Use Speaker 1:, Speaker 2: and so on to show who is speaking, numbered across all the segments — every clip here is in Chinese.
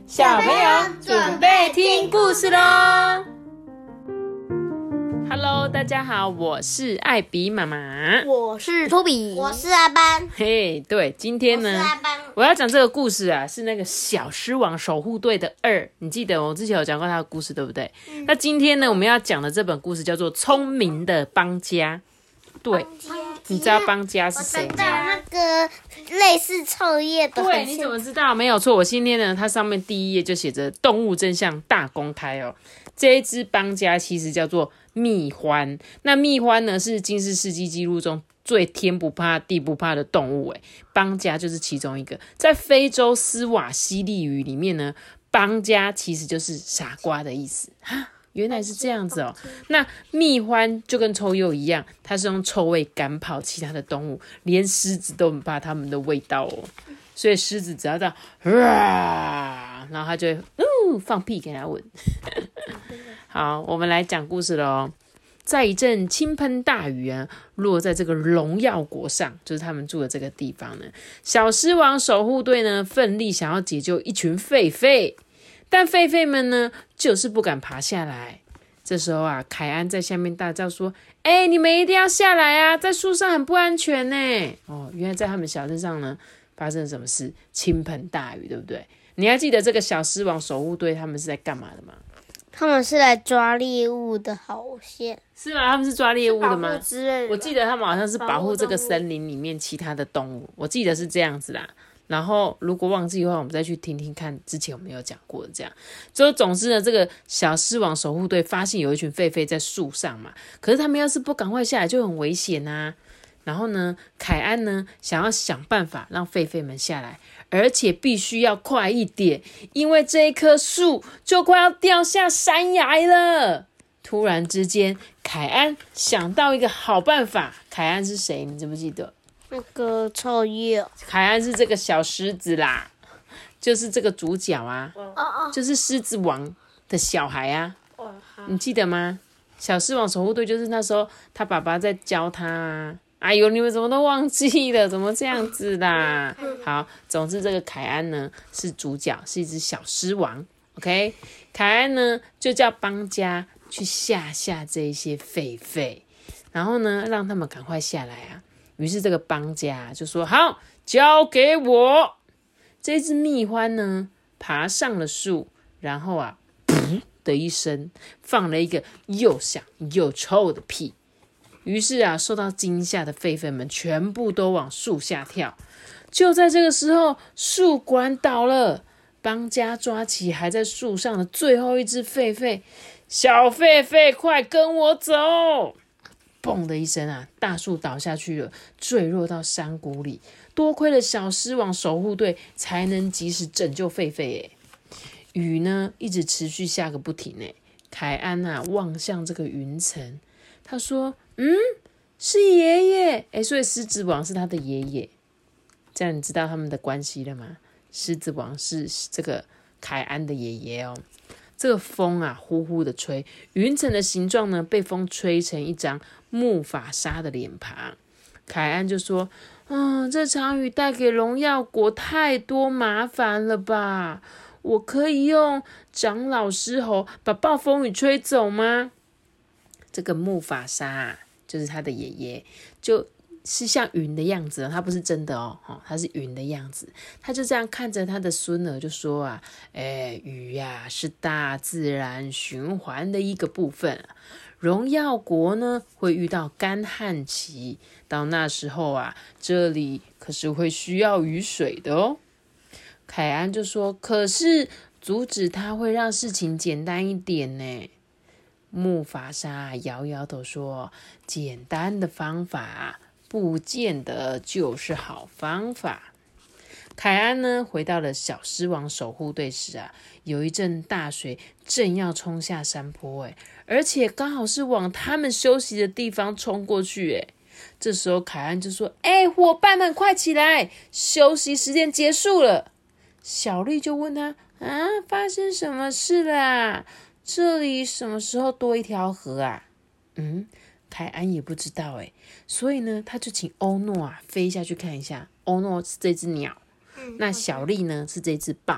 Speaker 1: 小朋友准备听故事咯。Hello， 大家好，我是艾比妈妈，
Speaker 2: 我是托比，
Speaker 3: 我是阿班。
Speaker 1: 嘿，对，今天呢，我要讲这个故事啊，是那个小狮王守护队的2，你记得我之前有讲过他的故事，对不对？那今天呢，我们要讲的这本故事叫做《聪明的邦家》。对，你知道邦家是谁吗？
Speaker 3: 我知道那个类似臭叶的。
Speaker 1: 对，你怎么知道？没有错，我今天呢，它上面第一页就写着“动物真相大公开”哦。这一只邦家其实叫做蜜獾，那蜜獾呢是金氏世纪纪录中最天不怕地不怕的动物，邦家就是其中一个。在非洲斯瓦希利语里面呢，邦家其实就是傻瓜的意思哈。原来是这样子哦。那蜜獾就跟臭鼬一样，它是用臭味赶跑其他的动物，连狮子都很怕它们的味道哦。所以狮子只要到然后它就会放屁给它闻。好，我们来讲故事咯。在一阵倾盆大雨啊，落在这个荣耀国上，就是他们住的这个地方呢。小狮王守护队呢，奋力想要解救一群狒狒。但狒狒们呢，就是不敢爬下来。这时候啊，凯安在下面大叫说：“你们一定要下来啊，在树上很不安全呢。”原来在他们小镇上呢，发生了什么事？倾盆大雨，对不对？你还记得这个小狮王守护队他们是在干嘛的吗？
Speaker 2: 他们是来抓猎物的，好像
Speaker 1: 是吗？他们是抓猎物的吗？
Speaker 2: 之类的。
Speaker 1: 我记得他们好像是保护这个森林里面其他的动物，我记得是这样子啦。然后如果忘记的话，我们再去听听看之前我们有讲过的这样。总之呢，这个小狮王守护队发现有一群狒狒在树上嘛，可是他们要是不赶快下来就很危险啊。然后呢，凯安呢想要想办法让狒狒们下来，而且必须要快一点，因为这一棵树就快要掉下山崖了。突然之间，凯安想到一个好办法。凯安是谁？你记不记得？
Speaker 2: 那个臭鼬，
Speaker 1: 凯安是这个小狮子啦，就是这个主角啊，就是狮子王的小孩啊，你记得吗？小狮王守护队就是那时候他爸爸在教他啊。哎呦，你们怎么都忘记了？怎么这样子啦？好，总之这个凯安呢是主角，是一只小狮王。OK， 凯安呢就叫邦家去吓这一些狒狒，然后呢让他们赶快下来啊。于是这个邦家就说：“好，交给我。”这只蜜獾呢，爬上了树，然后啊，噗的一声，放了一个又响又臭的屁。于是啊，受到惊吓的狒狒们全部都往树下跳。就在这个时候，树果然倒了。邦家抓起还在树上的最后一只狒狒，小狒狒，快跟我走！嘣的一声啊，大树倒下去了，坠落到山谷里。多亏了小狮王守护队，才能及时拯救狒狒。雨呢，一直持续下个不停。凯安啊，望向这个云层，他说：“是爷爷。”所以狮子王是他的爷爷。这样你知道他们的关系了吗？狮子王是这个凯安的爷爷哦。这个风啊，呼呼的吹，云层的形状呢，被风吹成一张木法沙的脸庞。凯安就说：“这场雨带给荣耀国太多麻烦了吧？我可以用长老狮吼把暴风雨吹走吗？”这个木法沙就是他的爷爷，就是像云的样子，他不是真的哦，他是云的样子。他就这样看着他的孙儿就说啊，雨呀，是大自然循环的一个部分。荣耀国呢会遇到干旱期，到那时候啊，这里可是会需要雨水的哦。凯安就说，可是阻止他会让事情简单一点呢。木法沙摇摇头说，简单的方法不见得就是好方法。凯安呢，回到了小狮王守护队时啊，有一阵大水正要冲下山坡，而且刚好是往他们休息的地方冲过去。这时候凯安就说：“伙伴们快起来，休息时间结束了。”小丽就问他：“发生什么事啦？这里什么时候多一条河啊？”凯安也不知道所以呢，他就请欧诺啊飞下去看一下。欧诺是这只鸟，那小丽呢是这只豹。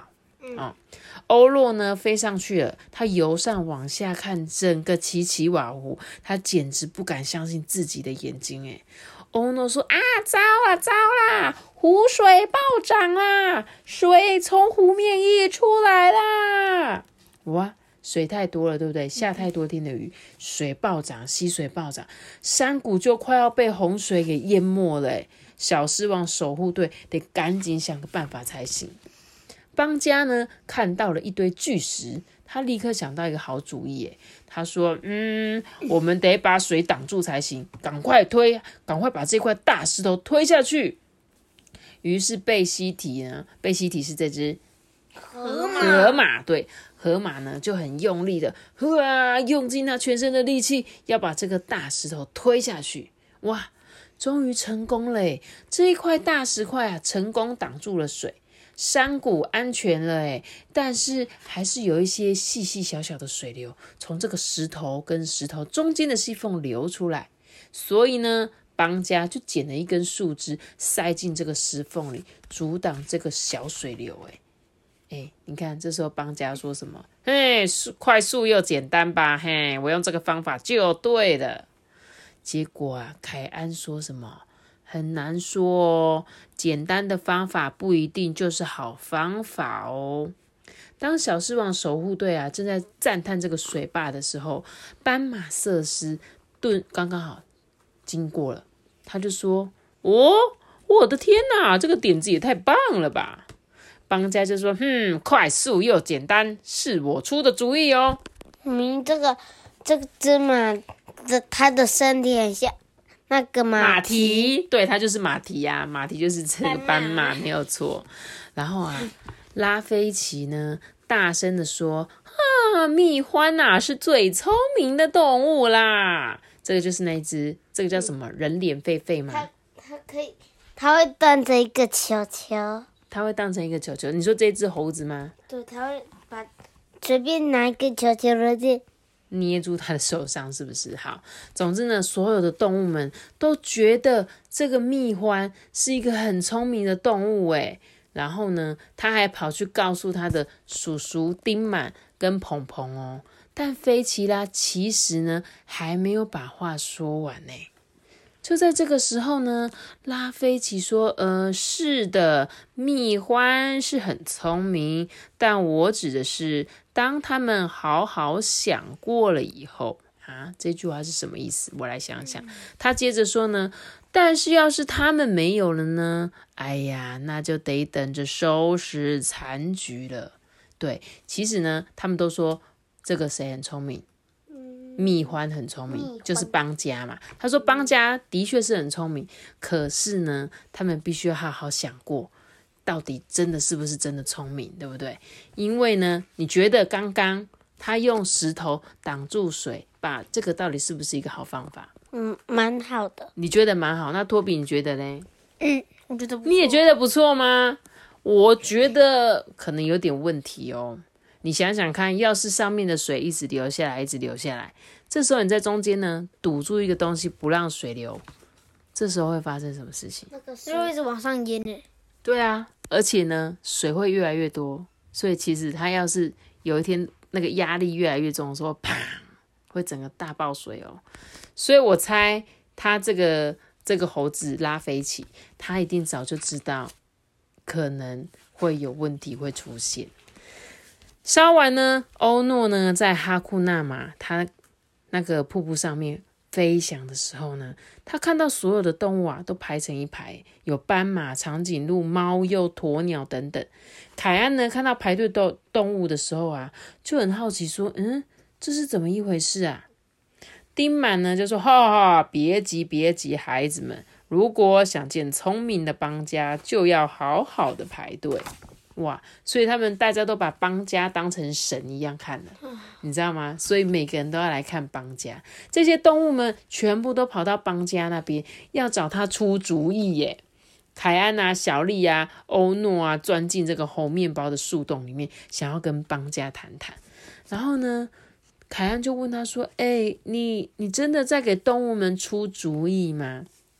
Speaker 1: 欧洛呢飞上去了，他由上往下看整个奇奇瓦湖，他简直不敢相信自己的眼睛。欧诺说糟啦，湖水暴涨啦，水从湖面溢出来啦！哇，水太多了，对不对？下太多天的雨，水暴涨，溪水暴涨，山谷就快要被洪水给淹没了。小狮王守护队得赶紧想个办法才行。邦加呢看到了一堆巨石，他立刻想到一个好主意。他说我们得把水挡住才行，赶快把这块大石头推下去。于是贝西提是这只河马，对，河马呢就很用力的用尽他全身的力气，要把这个大石头推下去。哇，终于成功了！这一块大石块成功挡住了水，山谷安全了。但是还是有一些细细小小的水流从这个石头跟石头中间的细缝流出来，所以呢邦加就捡了一根树枝塞进这个石缝里，阻挡这个小水流。你看这时候邦加说什么？快速又简单吧，我用这个方法就对了。结果凯安说什么？很难说简单的方法不一定就是好方法哦。当小狮王守护队正在赞叹这个水坝的时候，斑马瑟斯刚刚好经过了，他就说：我的天哪，这个点子也太棒了吧！邦加就说：快速又简单，是我出的主意哦。
Speaker 2: 这个芝麻它的身体很像那个
Speaker 1: 马蹄，对，它就是马蹄马蹄就是这个斑马，没有错。然后拉菲奇呢大声的说：蜜獾是最聪明的动物啦！这个就是那一只，这个叫什么？人脸狒狒吗？
Speaker 2: 它会当成一个球球。
Speaker 1: 它会当成一个球球。你说这只猴子吗？
Speaker 2: 对，它会随便拿一个球球
Speaker 1: 捏住他的手上，是不是？好，总之呢，所有的动物们都觉得这个蜜獾是一个很聪明的动物然后呢，他还跑去告诉他的叔叔丁满跟鹏鹏哦。但菲奇拉其实呢还没有把话说完就在这个时候呢，拉菲奇说：是的，蜜獾是很聪明，但我指的是当他们好好想过了以后这句话是什么意思？我来想想。他接着说呢，但是要是他们没有了呢？哎呀，那就得等着收拾残局了。对，其实呢，他们都说这个谁很聪明？蜜獾很聪明，就是邦加嘛。他说邦加的确是很聪明，可是呢，他们必须要好好想过，到底真的是不是真的聪明，对不对？因为呢，你觉得刚刚他用石头挡住水，把这个到底是不是一个好方法？
Speaker 2: 蛮好的。
Speaker 1: 你觉得蛮好，那托比你觉得呢？
Speaker 2: 我觉得不错。
Speaker 1: 你也觉得不错吗？我觉得可能有点问题哦。你想想看，要是上面的水一直流下来，这时候你在中间呢堵住一个东西不让水流，这时候会发生什么事情？
Speaker 2: 那个水会一直往上淹
Speaker 1: 对啊，而且呢水会越来越多，所以其实它要是有一天那个压力越来越重的时候，砰，会整个大爆水哦。所以我猜他这个猴子拉菲奇，他一定早就知道可能会有问题会出现。稍晚呢，欧诺呢在哈库纳马他那个瀑布上面飞翔的时候呢，他看到所有的动物都排成一排，有斑马、长颈鹿、猫鼬、鸵鸟等等。凯安呢看到排队动物的时候就很好奇说：这是怎么一回事啊？丁满呢就说：别急，孩子们，如果想见聪明的邦加，就要好好的排队。哇！所以大家都把邦加当成神一样看了，你知道吗？所以每个人都要来看邦加。这些动物们全部都跑到邦加那边，要找他出主意耶。凯安小丽欧诺钻进这个猴面包的树洞里面，想要跟邦加谈谈。然后呢，凯安就问他说：你真的在给动物们出主意吗？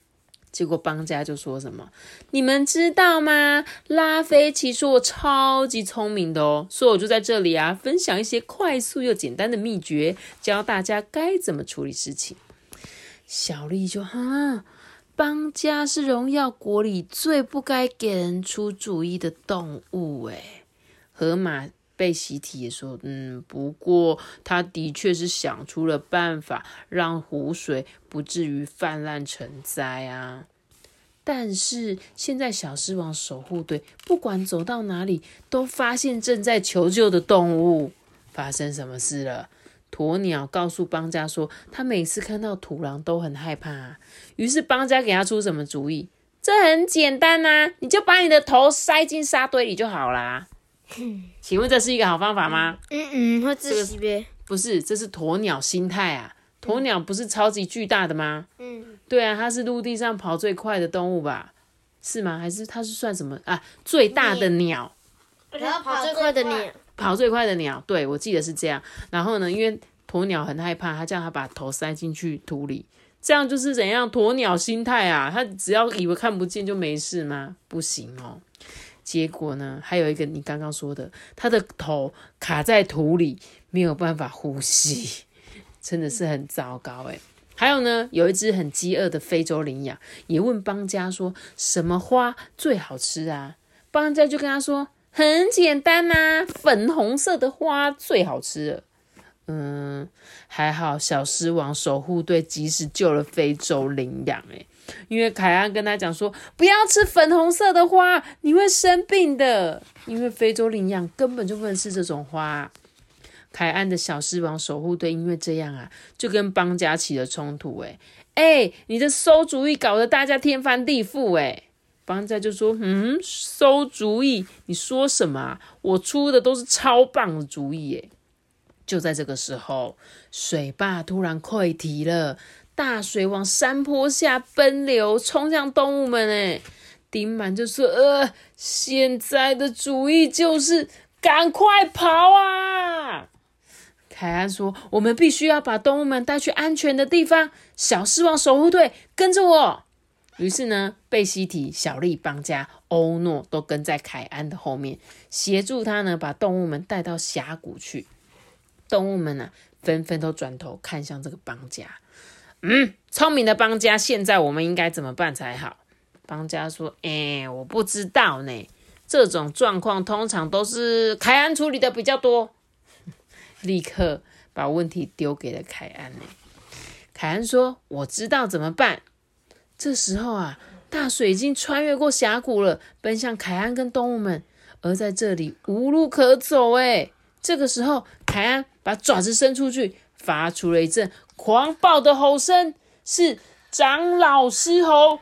Speaker 1: 结果邦家就说什么，你们知道吗？拉菲奇说我超级聪明的哦，所以我就在这里啊，分享一些快速又简单的秘诀，教大家该怎么处理事情。小丽就邦家是荣耀国里最不该给人出主意的动物诶。河马贝西提也说，不过他的确是想出了办法，让湖水不至于泛滥成灾啊。但是现在小狮王守护队不管走到哪里，都发现正在求救的动物。发生什么事了？鸵鸟告诉邦家说，他每次看到土狼都很害怕于是邦家给他出什么主意？这很简单啊，你就把你的头塞进沙堆里就好啦。请问这是一个好方法吗？
Speaker 2: 会窒息呗？
Speaker 1: 不是，这是鸵鸟心态啊。鸵鸟不是超级巨大的吗？对啊，它是陆地上跑最快的动物吧？是吗？还是它是算什么啊？最大的鸟，
Speaker 2: 然后跑最快的鸟，
Speaker 1: 跑最快的鸟。对，我记得是这样。然后呢，因为鸵鸟很害怕，它叫它把头塞进去土里，这样就是怎样？鸵鸟心态啊，它只要以为看不见就没事吗？不行哦。结果呢，还有一个你刚刚说的，他的头卡在土里，没有办法呼吸，真的是很糟糕诶。还有呢，有一只很饥饿的非洲羚羊，也问邦家说什么花最好吃啊？邦家就跟他说，很简单啊，粉红色的花最好吃了。还好小狮王守护队及时救了非洲羚羊因为凯安跟他讲说，不要吃粉红色的花，你会生病的。因为非洲羚羊根本就不能吃这种花。凯安的小狮王守护队因为这样啊，就跟邦家起了冲突你的馊主意搞得大家天翻地覆邦家就说，馊主意？你说什么啊？我出的都是超棒的主意就在这个时候，水坝突然溃堤了，大水往山坡下奔流，冲向动物们丁满就说，现在的主意就是赶快跑啊！凯安说，我们必须要把动物们带去安全的地方，小狮王守护队跟着我。于是呢，贝西提、小丽、邦家、欧诺都跟在凯安的后面，协助他呢把动物们带到峡谷去。动物们纷纷都转头看向这个邦家。聪明的邦家，现在我们应该怎么办才好？邦家说，我不知道呢，这种状况通常都是凯安处理的比较多。立刻把问题丢给了凯安凯安说，我知道怎么办。这时候大水已经穿越过峡谷了，奔向凯安跟动物们，而在这里无路可走这个时候，凯安把爪子伸出去，发出了一阵狂暴的吼声，是长老狮吼。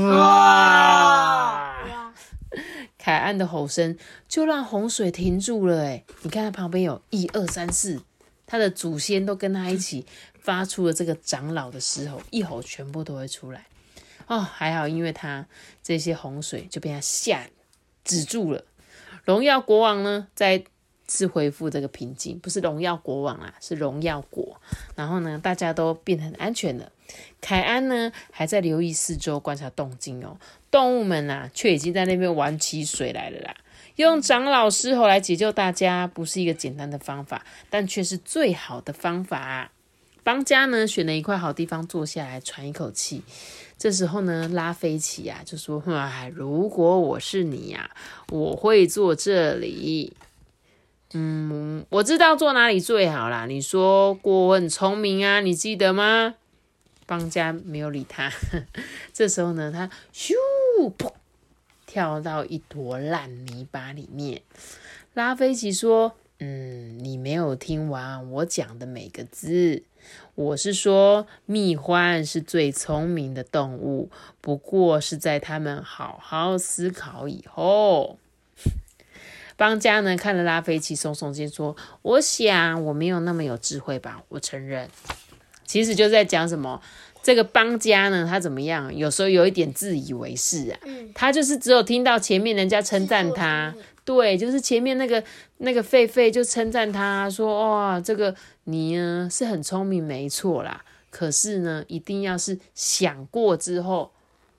Speaker 1: 凯安的吼声就让洪水停住了你看他旁边有1、2、3、4，他的祖先都跟他一起发出了这个长老的狮吼，一吼全部都会出来还好，因为他这些洪水就被他止住了。荣耀国王呢，再次恢复这个平静，不是荣耀国王是荣耀国。然后呢，大家都变得很安全了。凯安呢，还在留意四周观察动静动物们却已经在那边玩起水来了啦。用长老狮吼来解救大家，不是一个简单的方法，但却是最好的方法邦家呢，选了一块好地方坐下来喘一口气。这时候呢，拉菲奇就说，如果我是你我会坐这里。我知道坐哪里最好啦。你说过我很聪明你记得吗？邦家没有理他。这时候呢，他咻噗跳到一坨烂泥巴里面。拉菲奇说，你没有听完我讲的每个字。我是说，蜜獾是最聪明的动物，不过是在他们好好思考以后。邦家呢看了拉菲奇，耸耸肩说，我想我没有那么有智慧吧，我承认。其实就在讲什么，这个邦家呢，他怎么样？有时候有一点自以为是他就是只有听到前面人家称赞他，对，就是前面那个狒狒就称赞他说，这个你呢是很聪明没错啦，可是呢一定要是想过之后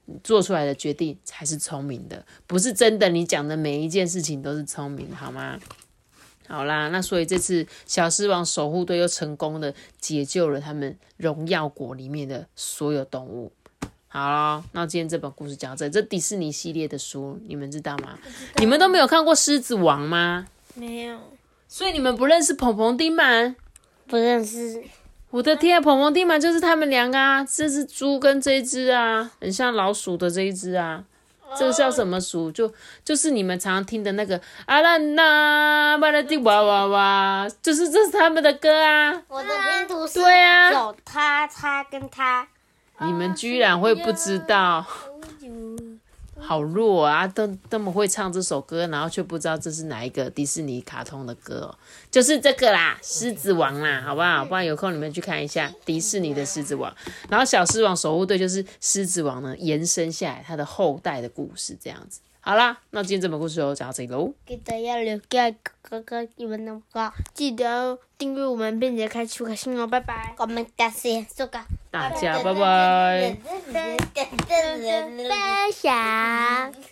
Speaker 1: 做出来的决定才是聪明的，不是真的你讲的每一件事情都是聪明的，好吗？好啦，那所以这次小狮王守护队又成功的解救了他们荣耀国里面的所有动物。好咯，那今天这本故事讲到这里，这迪士尼系列的书你们知道吗？你们都没有看过狮子王吗？
Speaker 3: 没有，
Speaker 1: 所以你们不认识鹏鹏丁满？
Speaker 2: 不认识。
Speaker 1: 我的天啊，鹏鹏丁满就是他们两个啊，这只猪跟这一只啊，很像老鼠的这一只啊。这个叫什么鼠？就是你们常常听的那个阿兰娜巴拉蒂哇哇哇，这是他们的歌啊。
Speaker 3: 我的拼图是
Speaker 1: 对啊，
Speaker 3: 有他跟他。
Speaker 1: 你们居然会不知道，好弱啊！都那么会唱这首歌，然后却不知道这是哪一个迪士尼卡通的歌哦，就是这个啦，狮子王啦，好不好？不然有空你们去看一下迪士尼的狮子王，然后小狮王守护队就是狮子王呢延伸下来他的后代的故事这样子。好啦，那今天这本故事就讲到这里喽。
Speaker 2: 记得要留给哥哥你们的歌，记得要订阅我们，并且开启小心哦，拜拜。
Speaker 3: 我们感谢这个。
Speaker 1: 大家拜拜。
Speaker 2: 分享。